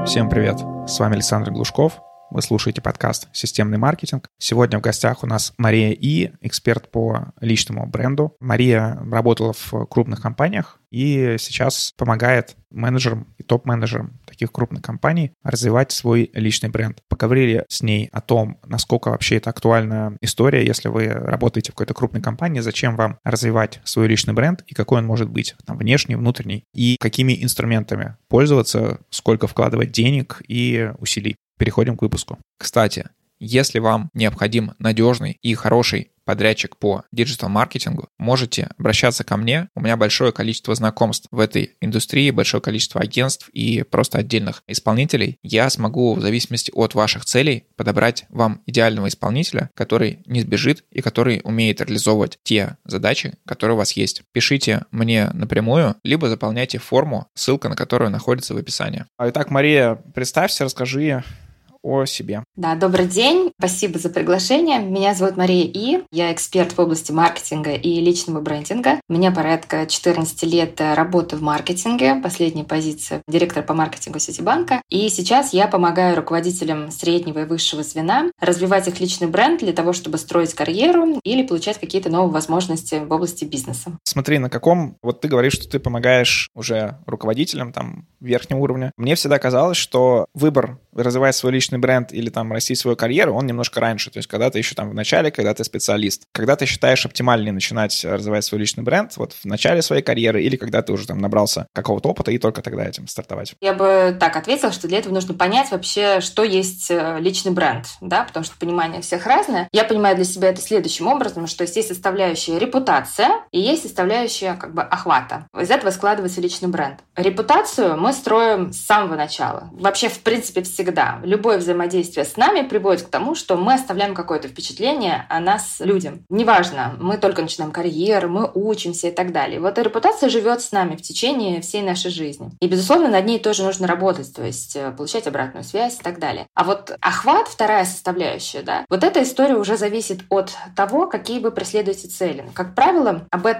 Всем привет! С вами Александр Глушков. Вы слушаете подкаст «Системный маркетинг». Сегодня в гостях у нас Мария И, эксперт по личному бренду. Мария работала в крупных компаниях и сейчас помогает менеджерам и топ-менеджерам таких крупных компаний развивать свой личный бренд. Поговорили с ней о том, насколько вообще это актуальная история, если вы работаете в какой-то крупной компании, зачем вам развивать свой личный бренд и какой он может быть, там, внешний, внутренний, и какими инструментами пользоваться, сколько вкладывать денег и усилий. Переходим к выпуску. Кстати, если вам необходим надежный и хороший подрядчик по диджитал-маркетингу, можете обращаться ко мне. У меня большое количество знакомств в этой индустрии, большое количество агентств и просто отдельных исполнителей. Я смогу, в зависимости от ваших целей, подобрать вам идеального исполнителя, который не сбежит и который умеет реализовывать те задачи, которые у вас есть. Пишите мне напрямую, либо заполняйте форму, ссылка на которую находится в описании. Итак, Мария, представься, расскажи о себе. Да, добрый день. Спасибо за приглашение. Меня зовут Мария И. Я эксперт в области маркетинга и личного брендинга. У меня порядка 14 лет работы в маркетинге. Последняя позиция — директор по маркетингу Ситибанка. И сейчас я помогаю руководителям среднего и высшего звена развивать их личный бренд для того, чтобы строить карьеру или получать какие-то новые возможности в области бизнеса. Смотри, на каком... Вот ты говоришь, что ты помогаешь уже руководителям там верхнего уровня. Мне всегда казалось, что выбор развивать свой личный бренд или там расти свою карьеру, он немножко раньше. То есть когда ты еще там в начале, когда ты специалист. Когда ты считаешь оптимальнее начинать развивать свой личный бренд, вот в начале своей карьеры или когда ты уже там набрался какого-то опыта и только тогда этим стартовать? Я бы так ответила, что для этого нужно понять вообще, что есть личный бренд, да, потому что понимание всех разное. Я понимаю для себя это следующим образом, что есть составляющая репутация и есть составляющая как бы охвата. Из этого складывается личный бренд. Репутацию мы строим с самого начала. Вообще, в принципе, всегда. Любое взаимодействие с нами приводит к тому, что мы оставляем какое-то впечатление о нас людям. Неважно, мы только начинаем карьеру, мы учимся и так далее. Вот эта репутация живет с нами в течение всей нашей жизни. И, безусловно, над ней тоже нужно работать, то есть получать обратную связь и так далее. А вот охват, вторая составляющая, да, вот эта история уже зависит от того, какие вы преследуете цели. Как правило,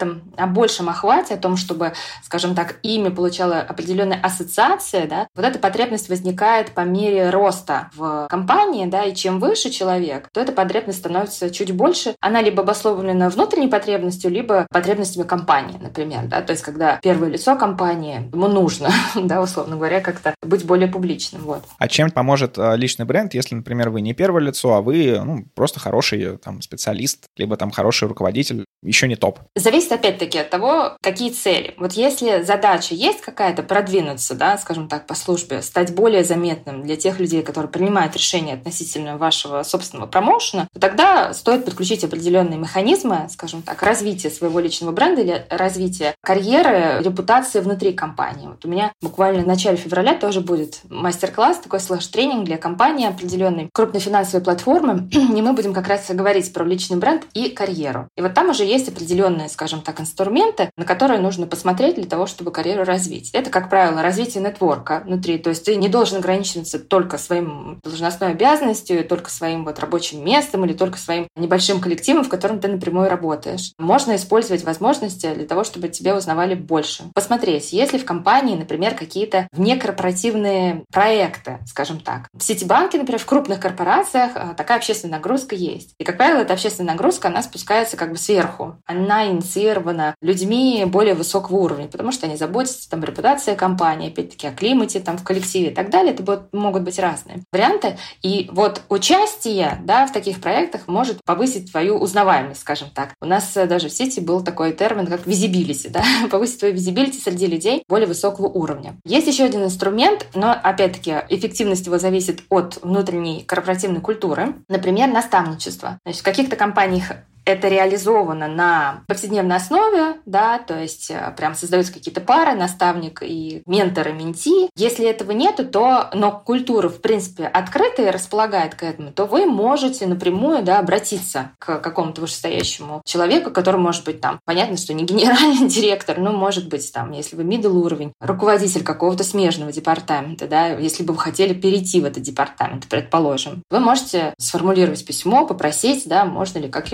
о большем охвате, о том, чтобы, скажем так, имя получало определенная ассоциация, да, вот эта потребность возникает по мере роста в компании, да, и чем выше человек, то эта потребность становится чуть больше. Она либо обусловлена внутренней потребностью, либо потребностями компании, например, да, то есть когда первое лицо компании, ему нужно, да, условно говоря, как-то быть более публичным, вот. А чем поможет личный бренд, если, например, вы не первое лицо, а вы, просто хороший там специалист, либо там хороший руководитель, еще не топ? Зависит опять-таки от того, какие цели. Вот если задача есть какая-то продвинуться, да, скажем так, по службе, стать более заметным для тех людей, которые принимают решения относительно вашего собственного промоушена, то тогда стоит подключить определенные механизмы, скажем так, развития своего личного бренда или развития карьеры, репутации внутри компании. Вот у меня буквально в начале февраля тоже будет мастер-класс, такой слэш-тренинг для компании определенной, крупной финансовой платформы, и мы будем как раз говорить про личный бренд и карьеру. И вот там уже есть определенные, скажем так, инструменты, на которые нужно посмотреть для того, чтобы карьеру развить. Это, как правило, развитие нетворка внутри, то есть ты не должен ограничиваться только своим должностной обязанностью, только своим вот рабочим местом или только своим небольшим коллективом, в котором ты напрямую работаешь. Можно использовать возможности для того, чтобы тебя узнавали больше. Посмотреть, есть ли в компании, например, какие-то внекорпоративные проекты, скажем так. В Ситибанке, например, в крупных корпорациях такая общественная нагрузка есть. И, как правило, эта общественная нагрузка, она спускается как бы сверху. Она инициирована людьми более высокого уровня, потому что они заботятся там, о репутации компании, опять-таки, о климате там, в коллективе и так далее. Это могут быть разные варианты. И вот участие, да, в таких проектах может повысить твою узнаваемость, скажем так. У нас даже в Сити был такой термин, как visibility, да, повысить твою visibility среди людей более высокого уровня. Есть еще один инструмент, но, опять-таки, эффективность его зависит от внутренней корпоративной культуры, например, наставничество. Значит, в каких-то компаниях это реализовано на повседневной основе, да, то есть прям создаются какие-то пары, наставник и ментор и менти. Если этого нету, но культура, в принципе, открытая и располагает к этому, то вы можете напрямую, да, обратиться к какому-то вышестоящему человеку, который может быть там, понятно, что не генеральный директор, но может быть там, если вы middle уровень, руководитель какого-то смежного департамента, да, если бы вы хотели перейти в этот департамент, предположим, вы можете сформулировать письмо, попросить, да, можно ли каким-то образом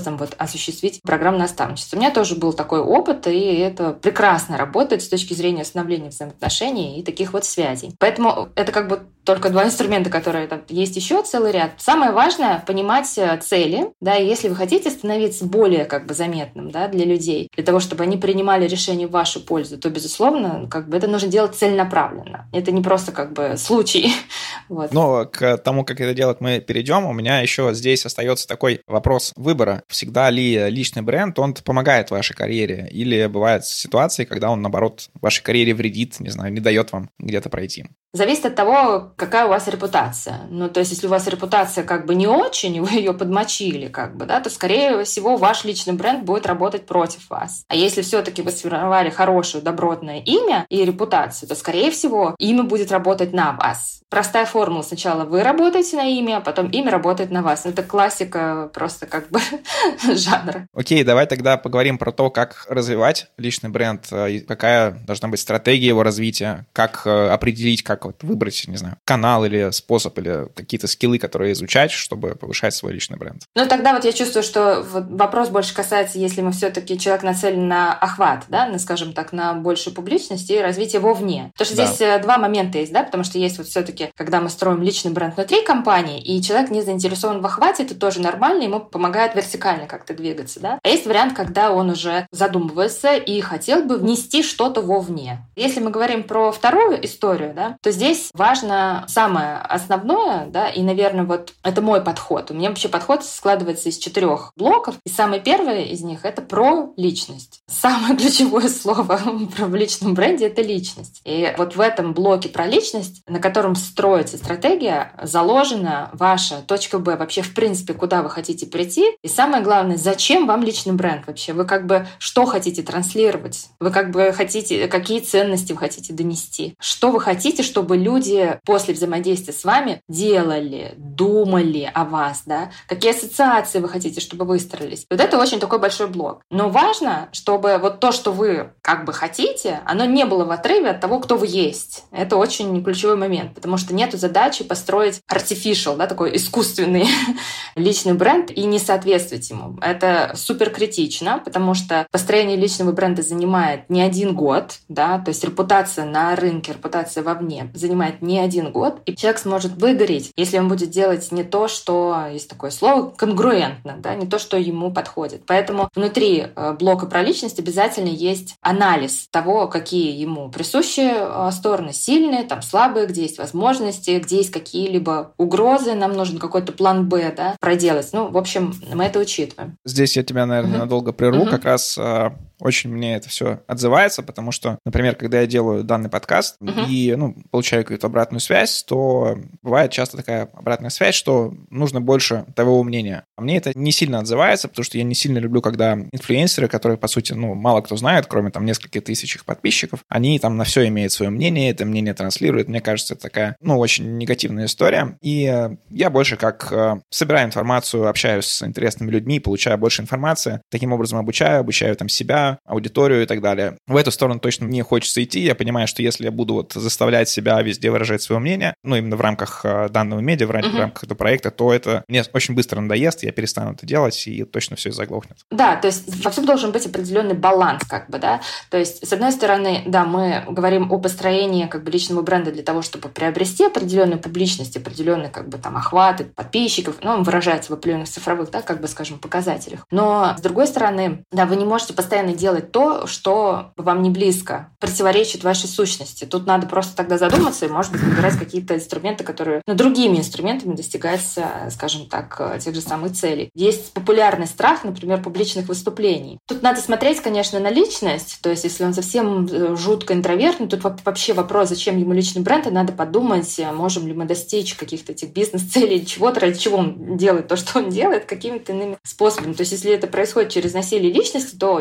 образом вот осуществить программу наставничества. У меня тоже был такой опыт, и это прекрасно работает с точки зрения становления взаимоотношений и таких вот связей. Поэтому это как бы только 2 инструмента, которые там есть еще целый ряд. Самое важное — понимать цели, да, и если вы хотите становиться более как бы заметным, да, для людей, для того, чтобы они принимали решения в вашу пользу, то, безусловно, как бы это нужно делать целенаправленно. Это не просто как бы случай. Вот. Но к тому, как это делать, мы перейдем. У меня еще здесь остается такой вопрос выбора. Всегда ли личный бренд, он помогает вашей карьере? Или бывают ситуации, когда он, наоборот, вашей карьере вредит, не знаю, не дает вам где-то пройти? Зависит от того, какая у вас репутация. Ну, то есть, если у вас репутация как бы не очень, и вы ее подмочили, как бы, да, то, скорее всего, ваш личный бренд будет работать против вас. А если все-таки вы сформировали хорошее, добротное имя и репутацию, то, скорее всего, имя будет работать на вас. Простая формула. Сначала вы работаете на имя, а потом имя работает на вас. Это классика просто как бы жанра. Окей, давай тогда поговорим про то, как развивать личный бренд, какая должна быть стратегия его развития, как определить, как вот выбрать, не знаю, канал или способ, или какие-то скиллы, которые изучать, чтобы повышать свой личный бренд. Ну, тогда вот я чувствую, что вопрос больше касается, если мы все-таки человек нацелен на охват, да, на, скажем так, на большую публичность и развитие вовне. Потому что здесь 2 момента есть, да, потому что есть вот все-таки, когда мы строим личный бренд внутри компании, и человек не заинтересован в охвате, это тоже нормально, ему помогает вертикально как-то двигаться, да. А есть вариант, когда он уже задумывается и хотел бы внести что-то вовне. Если мы говорим про вторую историю, да, то здесь важно самое основное, да, и, наверное, вот это мой подход. У меня вообще подход складывается из 4 блоков, и самый первый из них — это про личность. Самое ключевое слово в личном бренде — это личность. И вот в этом блоке про личность, на котором строится стратегия, заложена ваша точка Б, вообще, в принципе, куда вы хотите прийти, и самое главное, зачем вам личный бренд вообще? Вы как бы что хотите транслировать? Вы как бы хотите, какие ценности вы хотите донести? Что вы хотите, чтобы люди после взаимодействия с вами делали, думали о вас, да? Какие ассоциации вы хотите, чтобы выстроились? Вот это очень такой большой блок. Но важно, чтобы вот то, что вы как бы хотите, оно не было в отрыве от того, кто вы есть. Это очень ключевой момент, потому что нету задачи построить artificial, да, такой искусственный личный бренд и не соответствовать ему. Это супер критично, потому что построение личного бренда занимает не 1 год, да, то есть репутация на рынке, репутация вовне занимает не 1 год, и человек сможет выгореть, если он будет делать не то, что, есть такое слово, конгруентно, да, не то, что ему подходит. Поэтому внутри блока про личность обязательно есть анализ того, какие ему присущи стороны, сильные, там слабые, где есть возможности, где есть какие-либо угрозы, нам нужен какой-то план Б, да, проделать. Ну, в общем, мы это учитываем. Здесь я тебя, наверное, надолго прерву, как раз очень мне это все отзывается, потому что, например, когда я делаю данный подкаст и, получаю какую-то обратную связь, то бывает часто такая обратная связь, что нужно больше твоего мнения. А мне это не сильно отзывается, потому что я не сильно люблю, когда инфлюенсеры, которые, по сути, мало кто знает, кроме там нескольких тысяч их подписчиков, они там на все имеют свое мнение, это мнение транслируют. Мне кажется, это такая, очень негативная история. И я больше как собираю информацию, общаюсь с интересными людьми, получаю больше информации, таким образом обучаю там себя, аудиторию и так далее. В эту сторону точно не хочется идти. Я понимаю, что если я буду заставлять себя везде выражать свое мнение, именно в рамках данного медиа, в рамках этого проекта, то это мне очень быстро надоест, я перестану это делать, и точно все заглохнет. Да, то есть во всем должен быть определенный баланс, как бы, да. То есть, с одной стороны, да, мы говорим о построении как бы личного бренда для того, чтобы приобрести определенную публичность, определенный как бы там охват подписчиков, он выражается в определенных цифровых, да, как бы, скажем, показателях. Но, с другой стороны, да, вы не можете постоянно делать то, что вам не близко, противоречит вашей сущности. Тут надо просто тогда задуматься и, может быть, выбирать какие-то инструменты, которые другими инструментами достигаются, скажем так, тех же самых целей. Есть популярный страх, например, публичных выступлений. Тут надо смотреть, конечно, на личность, то есть если он совсем жутко интровертный, тут вообще вопрос, зачем ему личный бренд, и надо подумать, можем ли мы достичь каких-то этих бизнес-целей, чего-то, ради чего он делает то, что он делает, какими-то иными способами. То есть если это происходит через насилие личности, то явно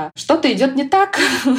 что-то идет не так,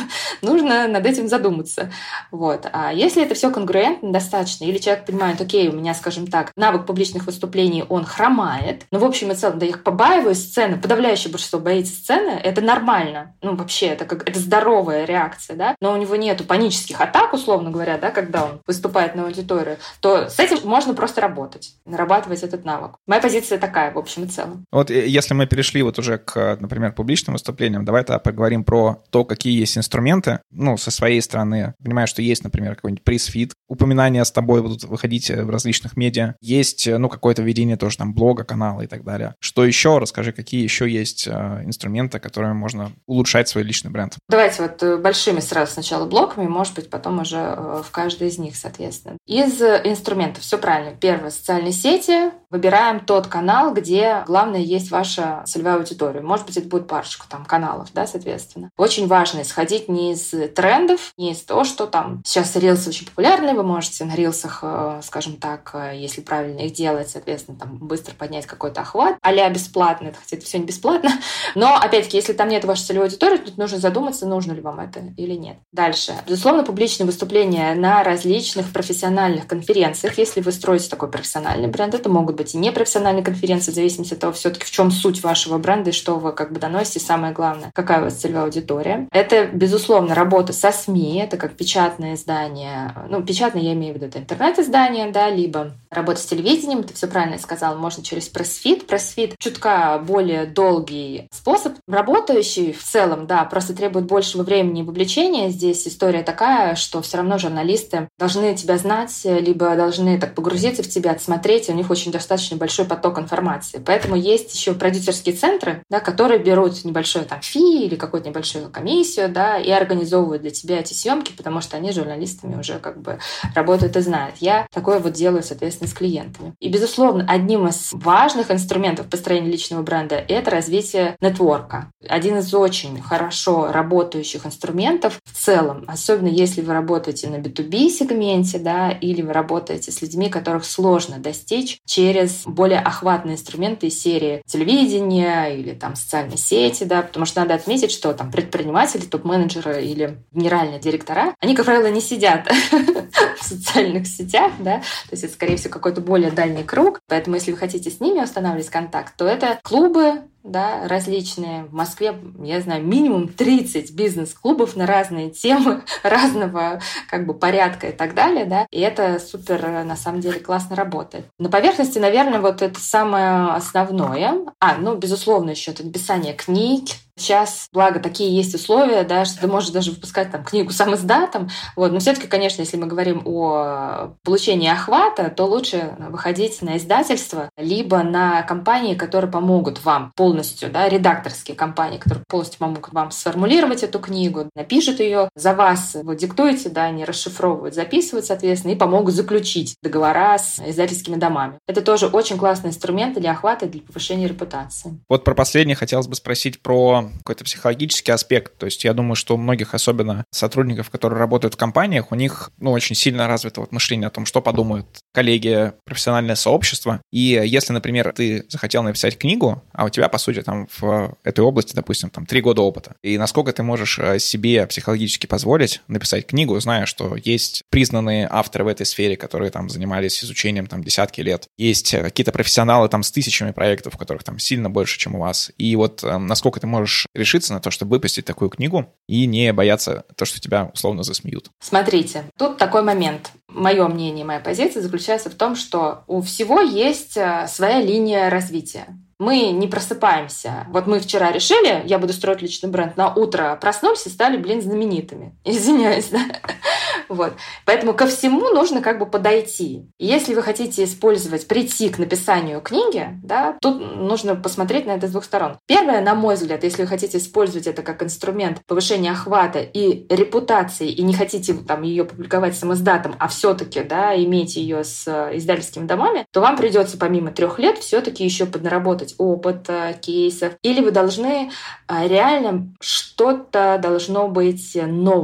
нужно над этим задуматься. Вот. А если это все конгруентно достаточно, или человек понимает, окей, у меня, скажем так, навык публичных выступлений, он хромает, но в общем и целом, да, я побаиваюсь сцены, подавляющее большинство боится сцены, это нормально, вообще, это здоровая реакция, да, но у него нету панических атак, условно говоря, да, когда он выступает на аудиторию, то с этим можно просто работать, нарабатывать этот навык. Моя позиция такая, в общем и целом. Вот если мы перешли вот уже к, например, публичным выступлениям, давай тогда поговорим про то, какие есть инструменты, со своей стороны. Понимаю, что есть, например, какой-нибудь пресс-фит, упоминания с тобой будут выходить в различных медиа, есть, какое-то ведение тоже там блога, канала и так далее. Что еще? Расскажи, какие еще есть инструменты, которыми можно улучшать свой личный бренд. Давайте вот большими сразу сначала блоками, может быть, потом уже в каждой из них, соответственно. Из инструментов все правильно. Первое — социальные сети. Выбираем тот канал, где главное есть ваша целевая аудитория. Может быть, это будет парочку там каналов, да, соответственно. Очень важно исходить не из трендов, не из того, что там сейчас рилсы очень популярны, вы можете на рилсах, скажем так, если правильно их делать, соответственно, там быстро поднять какой-то охват, а-ля бесплатно, хотя это все не бесплатно, но, опять-таки, если там нет вашей целевой аудитории, тут нужно задуматься, нужно ли вам это или нет. Дальше. Безусловно, публичные выступления на различных профессиональных конференциях. Если вы строите такой профессиональный бренд, это могут быть и непрофессиональные конференции, в зависимости от того, все-таки в чем суть вашего бренда и что вы доносите, самое главное, какая у вас целевая аудитория. Это, безусловно, работа со СМИ, это как печатное издание, печатное я имею в виду, это интернет-издание, да, либо работа с телевидением, ты все правильно сказал, можно через пресс-фит. Пресс-фит чутка более долгий способ, работающий в целом, да, просто требует большего времени и вовлечения. Здесь история такая, что все равно журналисты должны тебя знать, либо должны так погрузиться в тебя, отсмотреть, и у них очень достаточно большой поток информации. Поэтому есть еще продюсерские центры, да, которые берут небольшое там фи или какую-то небольшую комиссию, да, и организовывают для тебя эти съемки, потому что они с журналистами уже работают и знают. Я такое делаю, соответственно, с клиентами. И, безусловно, одним из важных инструментов построения личного бренда — это развитие нетворка. Один из очень хорошо работающих инструментов в целом, особенно если вы работаете на B2B сегменте, да, или вы работаете с людьми, которых сложно достичь через более охватные инструменты из серии телевидения или там социальной сети, да, потому что надо отметить, что там предприниматели, топ-менеджеры или генеральные директора, они, как правило, не сидят в социальных сетях, да, то есть это, скорее всего, какой-то более дальний круг, поэтому если вы хотите с ними устанавливать контакт, то это клубы, да, различные. В Москве, я знаю, минимум 30 бизнес-клубов на разные темы, разного порядка и так далее, да, и это супер, на самом деле, классно работает. На поверхности, наверное, это самое основное. Безусловно, еще это написание книг. Сейчас, благо, такие есть условия, да, что ты можешь даже выпускать книгу сам издатом. Но все-таки, конечно, если мы говорим о получении охвата, то лучше выходить на издательство, либо на компании, которые помогут вам полностью, да, редакторские компании, которые полностью помогут вам сформулировать эту книгу, напишут ее за вас, вы диктуете, да, они расшифровывают, записывают, соответственно, и помогут заключить договора с издательскими домами. Это тоже очень классный инструмент для охвата и для повышения репутации. Про последнее хотелось бы спросить про какой-то психологический аспект. То есть я думаю, что у многих, особенно сотрудников, которые работают в компаниях, у них очень сильно развито мышление о том, что подумают коллеги, профессиональное сообщество. И если, например, ты захотел написать книгу, а у тебя, по сути, в этой области, допустим, 3 года опыта, и насколько ты можешь себе психологически позволить написать книгу, зная, что есть признанные авторы в этой сфере, которые занимались изучением десятки лет, есть какие-то профессионалы с тысячами проектов, в которых сильно больше, чем у вас. И насколько ты можешь решиться на то, чтобы выпустить такую книгу и не бояться то, что тебя условно засмеют. Смотрите, тут такой момент. Мое мнение, моя позиция заключается в том, что у всего есть своя линия развития. Мы не просыпаемся. Мы вчера решили, я буду строить личный бренд, на утро проснулись и стали, знаменитыми. Извиняюсь, да? Поэтому ко всему нужно подойти. И если вы хотите прийти к написанию книги, да, тут нужно посмотреть на это с двух сторон. Первое, на мой взгляд, если вы хотите использовать это как инструмент повышения охвата и репутации, и не хотите ее публиковать самоиздатом, а все-таки, да, иметь ее с издательскими домами, то вам придется помимо 3 лет все-таки еще поднаработать опыт, кейсов. Или вы должны реально что-то должно быть новое.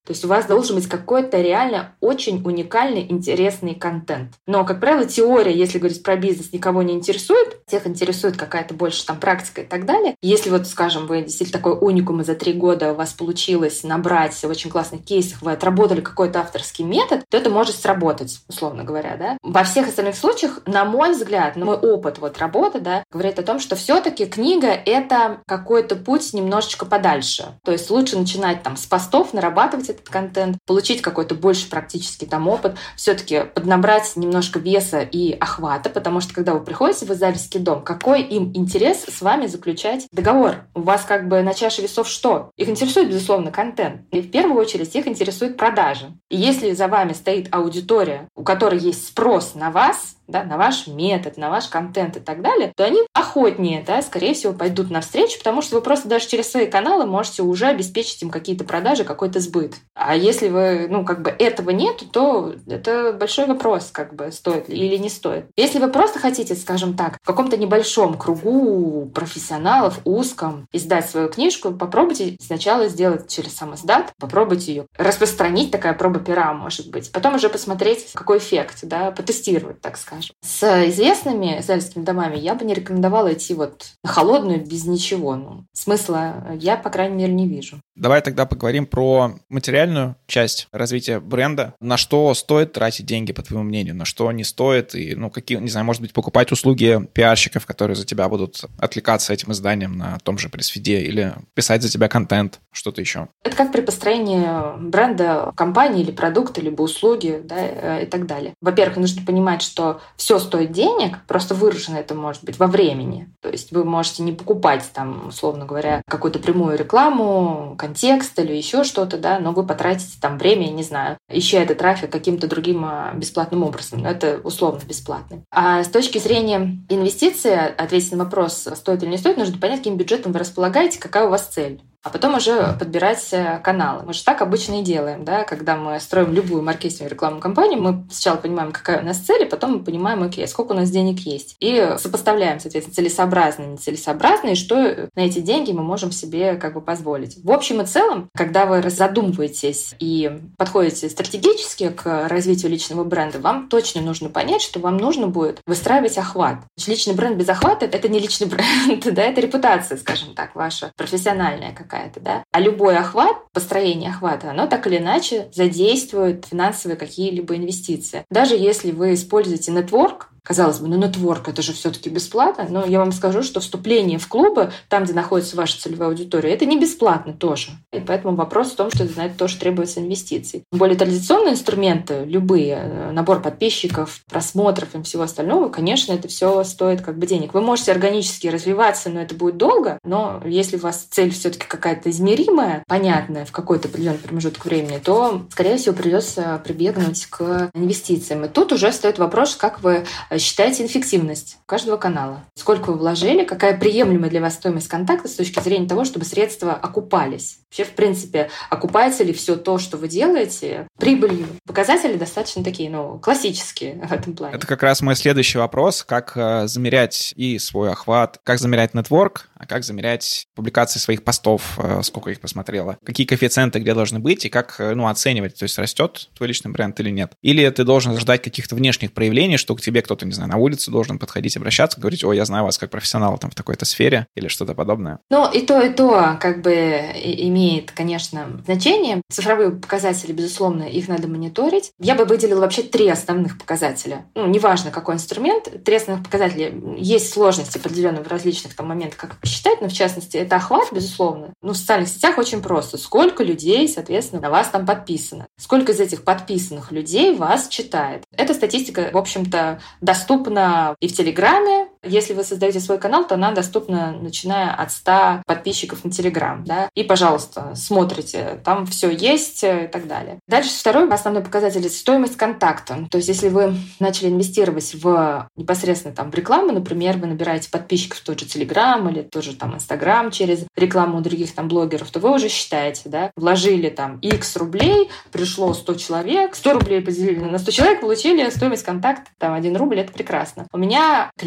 То есть у вас должен быть какой-то реально очень уникальный, интересный контент. Но, как правило, теория, если говорить про бизнес, никого не интересует. Всех интересует какая-то больше там практика и так далее. Если вот, скажем, вы действительно такой уникум, и за 3 года у вас получилось набрать очень классных кейсов, вы отработали какой-то авторский метод, то это может сработать, условно говоря, да. Во всех остальных случаях, на мой взгляд, на мой опыт вот работы, да, говорит о том, что все-таки книга — это какой-то путь немножечко подальше. То есть лучше начинать там с постов, нарабатывать этот контент, получить какой-то больше практический там опыт, все-таки поднабрать немножко веса и охвата, потому что когда вы приходите в издательский дом, какой им интерес с вами заключать договор? У вас как бы на чаше весов что? Их интересует, безусловно, контент. И в первую очередь их интересует продажи. И если за вами стоит аудитория, у которой есть спрос на вас, да, на ваш метод, на ваш контент и так далее, то они охотнее, да, скорее всего, пойдут навстречу, потому что вы просто даже через свои каналы можете уже обеспечить им какие-то продажи, какой-то сбыт. А если вы, как бы этого нет, то это большой вопрос, как бы, стоит ли или не стоит. Если вы просто хотите, скажем так, в каком-то небольшом кругу профессионалов, узком, издать свою книжку, попробуйте сначала сделать через сам издат, попробуйте ее распространить, такая проба пера, может быть. Потом уже посмотреть, какой эффект, да, потестировать, так сказать. С известными издательскими домами я бы не рекомендовала идти вот на холодную без ничего. Смысла я, по крайней мере, не вижу. Давай тогда поговорим про материальную часть развития бренда. На что стоит тратить деньги, по твоему мнению, на что не стоит, и, какие, не знаю, может быть, покупать услуги пиарщиков, которые за тебя будут отвлекаться этим изданием на том же пресс-фиде, или писать за тебя контент, что-то еще. Это как при построении бренда компании или продукта, либо услуги, да, и так далее. Во-первых, нужно понимать, что все стоит денег, просто выражено это может быть во времени. То есть вы можете не покупать там, условно говоря, какую-то прямую рекламу, контекст или еще что-то, да, но вы потратите там время, не знаю, ища этот трафик каким-то другим бесплатным образом. Но это условно бесплатно. А с точки зрения инвестиций, ответить на вопрос, стоит или не стоит, нужно понять, каким бюджетом вы располагаете, какая у вас цель. А потом уже подбирать каналы. Мы же так обычно и делаем, да, когда мы строим любую маркетинговую рекламную кампанию, мы сначала понимаем, какая у нас цель, а потом мы понимаем, окей, сколько у нас денег есть. И сопоставляем, соответственно, целесообразно и нецелесообразно, и что на эти деньги мы можем себе как бы позволить. В общем и целом, когда вы задумываетесь и подходите стратегически к развитию личного бренда, вам точно нужно понять, что вам нужно будет выстраивать охват. Личный бренд без охвата — это не личный бренд, да, это репутация, скажем так, ваша профессиональная какая-то. Да? А любой охват, построение охвата, оно так или иначе задействует финансовые какие-либо инвестиции. Даже если вы используете нетворк, казалось бы, нетворк — это же все-таки бесплатно, но я вам скажу, что вступление в клубы, там, где находится ваша целевая аудитория, это не бесплатно тоже. И поэтому вопрос в том, что на это тоже требуется инвестиций. Более традиционные инструменты, любые, набор подписчиков, просмотров и всего остального, конечно, это все стоит как бы денег. Вы можете органически развиваться, но это будет долго, но если у вас цель все-таки какая-то измеримая, понятная в какой-то определенный промежуток времени, то, скорее всего, придется прибегнуть к инвестициям. И тут уже встает вопрос, как вы считайте эффективность каждого канала. Сколько вы вложили, какая приемлемая для вас стоимость контакта с точки зрения того, чтобы средства окупались. Вообще, в принципе, окупается ли все то, что вы делаете, прибылью? Показатели достаточно такие, классические в этом плане. Это как раз мой следующий вопрос. Как замерять и свой охват, как замерять нетворк, а как замерять публикации своих постов, сколько их посмотрело, какие коэффициенты где должны быть и как оценивать, то есть растет твой личный бренд или нет. Или ты должен ждать каких-то внешних проявлений, что к тебе кто-то, не знаю, на улице должен подходить, обращаться, говорить: о, я знаю вас как профессионала там в такой-то сфере или что-то подобное. И то как бы имеет, конечно, значение. Цифровые показатели, безусловно, их надо мониторить. Я бы выделила вообще 3 основных показателя. Неважно, какой инструмент, 3 основных показателя. Есть сложности определенные в различных там моментах, как посчитать, но в частности это охват, безусловно. В социальных сетях очень просто. Сколько людей, соответственно, на вас там подписано? Сколько из этих подписанных людей вас читает? Эта статистика, в общем-то, доступна и в Телеграме. Если вы создаете свой канал, то она доступна, начиная от 100 подписчиков на Телеграм. Да? И, пожалуйста, смотрите, там все есть и так далее. Дальше второй основной показатель — это стоимость контакта. То есть если вы начали инвестировать в непосредственно там в рекламу, например, вы набираете подписчиков в тот же Телеграм или тот же там Инстаграм через рекламу у других там блогеров, то вы уже считаете, да, вложили там X рублей, пришло 100 человек, 100 рублей поделили на 100 человек, получили стоимость контакта там 1 рубль, это прекрасно. У меня клиенты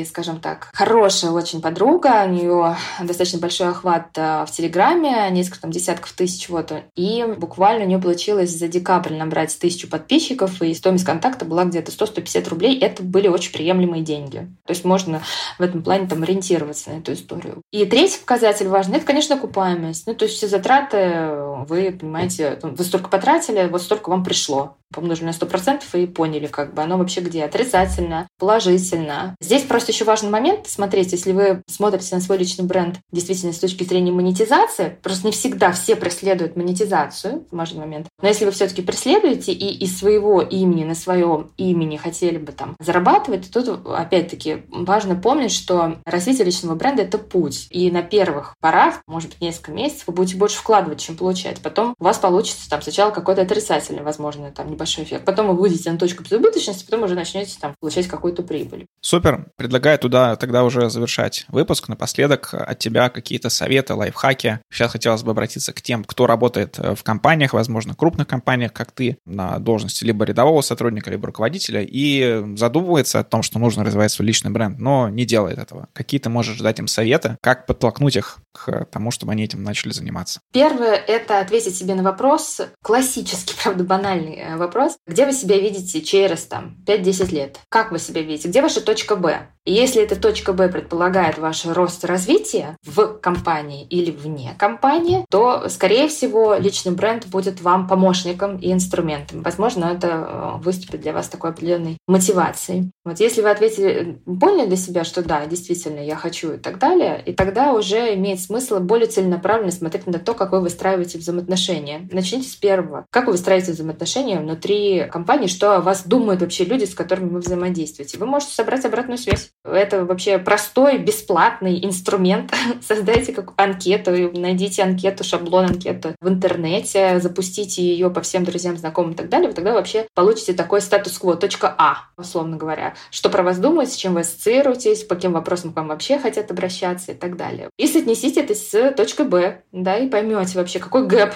скажем так, хорошая очень подруга, у нее достаточно большой охват в Телеграме, несколько там десятков тысяч, вот, и буквально у нее получилось за декабрь набрать 1000 подписчиков, и стоимость контакта была где-то 100-150 рублей, это были очень приемлемые деньги. То есть можно в этом плане там ориентироваться на эту историю. И третий показатель важный, это, конечно, окупаемость. Ну, то есть все затраты, вы понимаете, вы столько потратили, вот столько вам пришло. Помножили на 100% и поняли, как бы оно вообще где отрицательно, положительно. Здесь просто еще важный момент. Смотрите, если вы смотрите на свой личный бренд действительно с точки зрения монетизации, просто не всегда все преследуют монетизацию, важный момент. Но если вы все-таки преследуете и из своего имени на своем имени хотели бы там зарабатывать, то тут опять-таки важно помнить, что развитие личного бренда — это путь. И на первых порах, может быть, несколько месяцев, вы будете больше вкладывать, чем получать. Потом у вас получится там сначала какой-то отрицательный, возможно, там небольшой эффект. Потом вы выйдете на точку безубыточности, потом уже начнете там получать какую-то прибыль. Супер. Предлагаю туда тогда уже завершать выпуск. Напоследок от тебя какие-то советы, лайфхаки. Сейчас хотелось бы обратиться к тем, кто работает в компаниях, возможно, крупных компаниях, как ты, на должности либо рядового сотрудника, либо руководителя, и задумывается о том, что нужно развивать свой личный бренд, но не делает этого. Какие ты можешь дать им советы, как подтолкнуть их к тому, чтобы они этим начали заниматься? Первое — это ответить себе на вопрос, классический, правда, банальный вопрос, где вы себя видите через там 5-10 лет? Как вы себя видите? Где ваша точка Б? И если эта точка Б предполагает ваш рост и развитие в компании или вне компании, то, скорее всего, личный бренд будет вам помощником и инструментом. Возможно, это выступит для вас такой определенной мотивацией. Вот если вы ответили, поняли для себя, что да, действительно, я хочу и так далее, и тогда уже имеет смысл более целенаправленно смотреть на то, как вы выстраиваете взаимоотношения. Начните с первого. Как вы выстраиваете взаимоотношения внутри компании, что о вас думают вообще люди, с которыми вы взаимодействуете. Вы можете собрать обратную связь. Это вообще простой, бесплатный инструмент. Создайте какую-то анкету, найдите анкету, шаблон анкеты в интернете, запустите ее по всем друзьям, знакомым и так далее. Вы тогда вообще получите такой статус-кво, точка А, условно говоря. Что про вас думают, с чем вы ассоциируетесь, по каким вопросам к вам вообще хотят обращаться и так далее. И соотнесите это с точкой Б, да, и поймете вообще, какой гэп,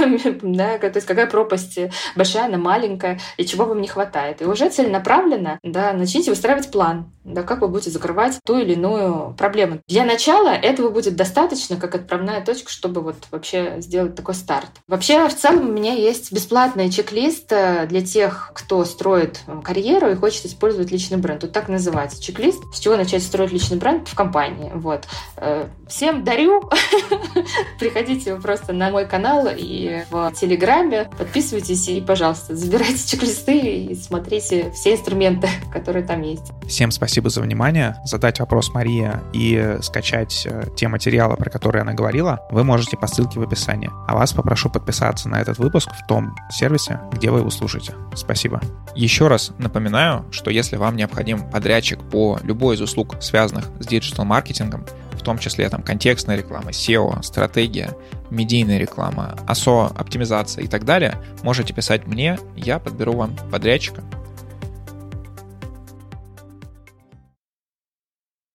да, то есть какая пропасть, большая она, маленькая, и чего вам не хватает. И уже целенаправленно, да, начните выстраивать план, да, как вы будете закрывать ту или иную проблему. Для начала этого будет достаточно, как отправная точка, чтобы вот вообще сделать такой старт. Вообще, в целом, у меня есть бесплатный чек-лист для тех, кто строит карьеру и хочет использовать личный бренд. Вот так называется чек-лист, с чего начать строить личный бренд в компании. Вот. Всем дарю. Приходите просто на мой канал и в Телеграме, подписывайтесь и, пожалуйста, забирайте чек-листы и смотрите все инструменты, которые там есть. Всем спасибо за внимание. Задать вопрос Марии и скачать те материалы, про которые она говорила, вы можете по ссылке в описании. А вас попрошу подписаться на этот выпуск в том сервисе, где вы его слушаете. Спасибо. Еще раз напоминаю, что если вам необходим подрядчик по любой из услуг, связанных с диджитал-маркетингом, в том числе там контекстная реклама, SEO, стратегия, медийная реклама, ASO, оптимизация и так далее, можете писать мне, я подберу вам подрядчика.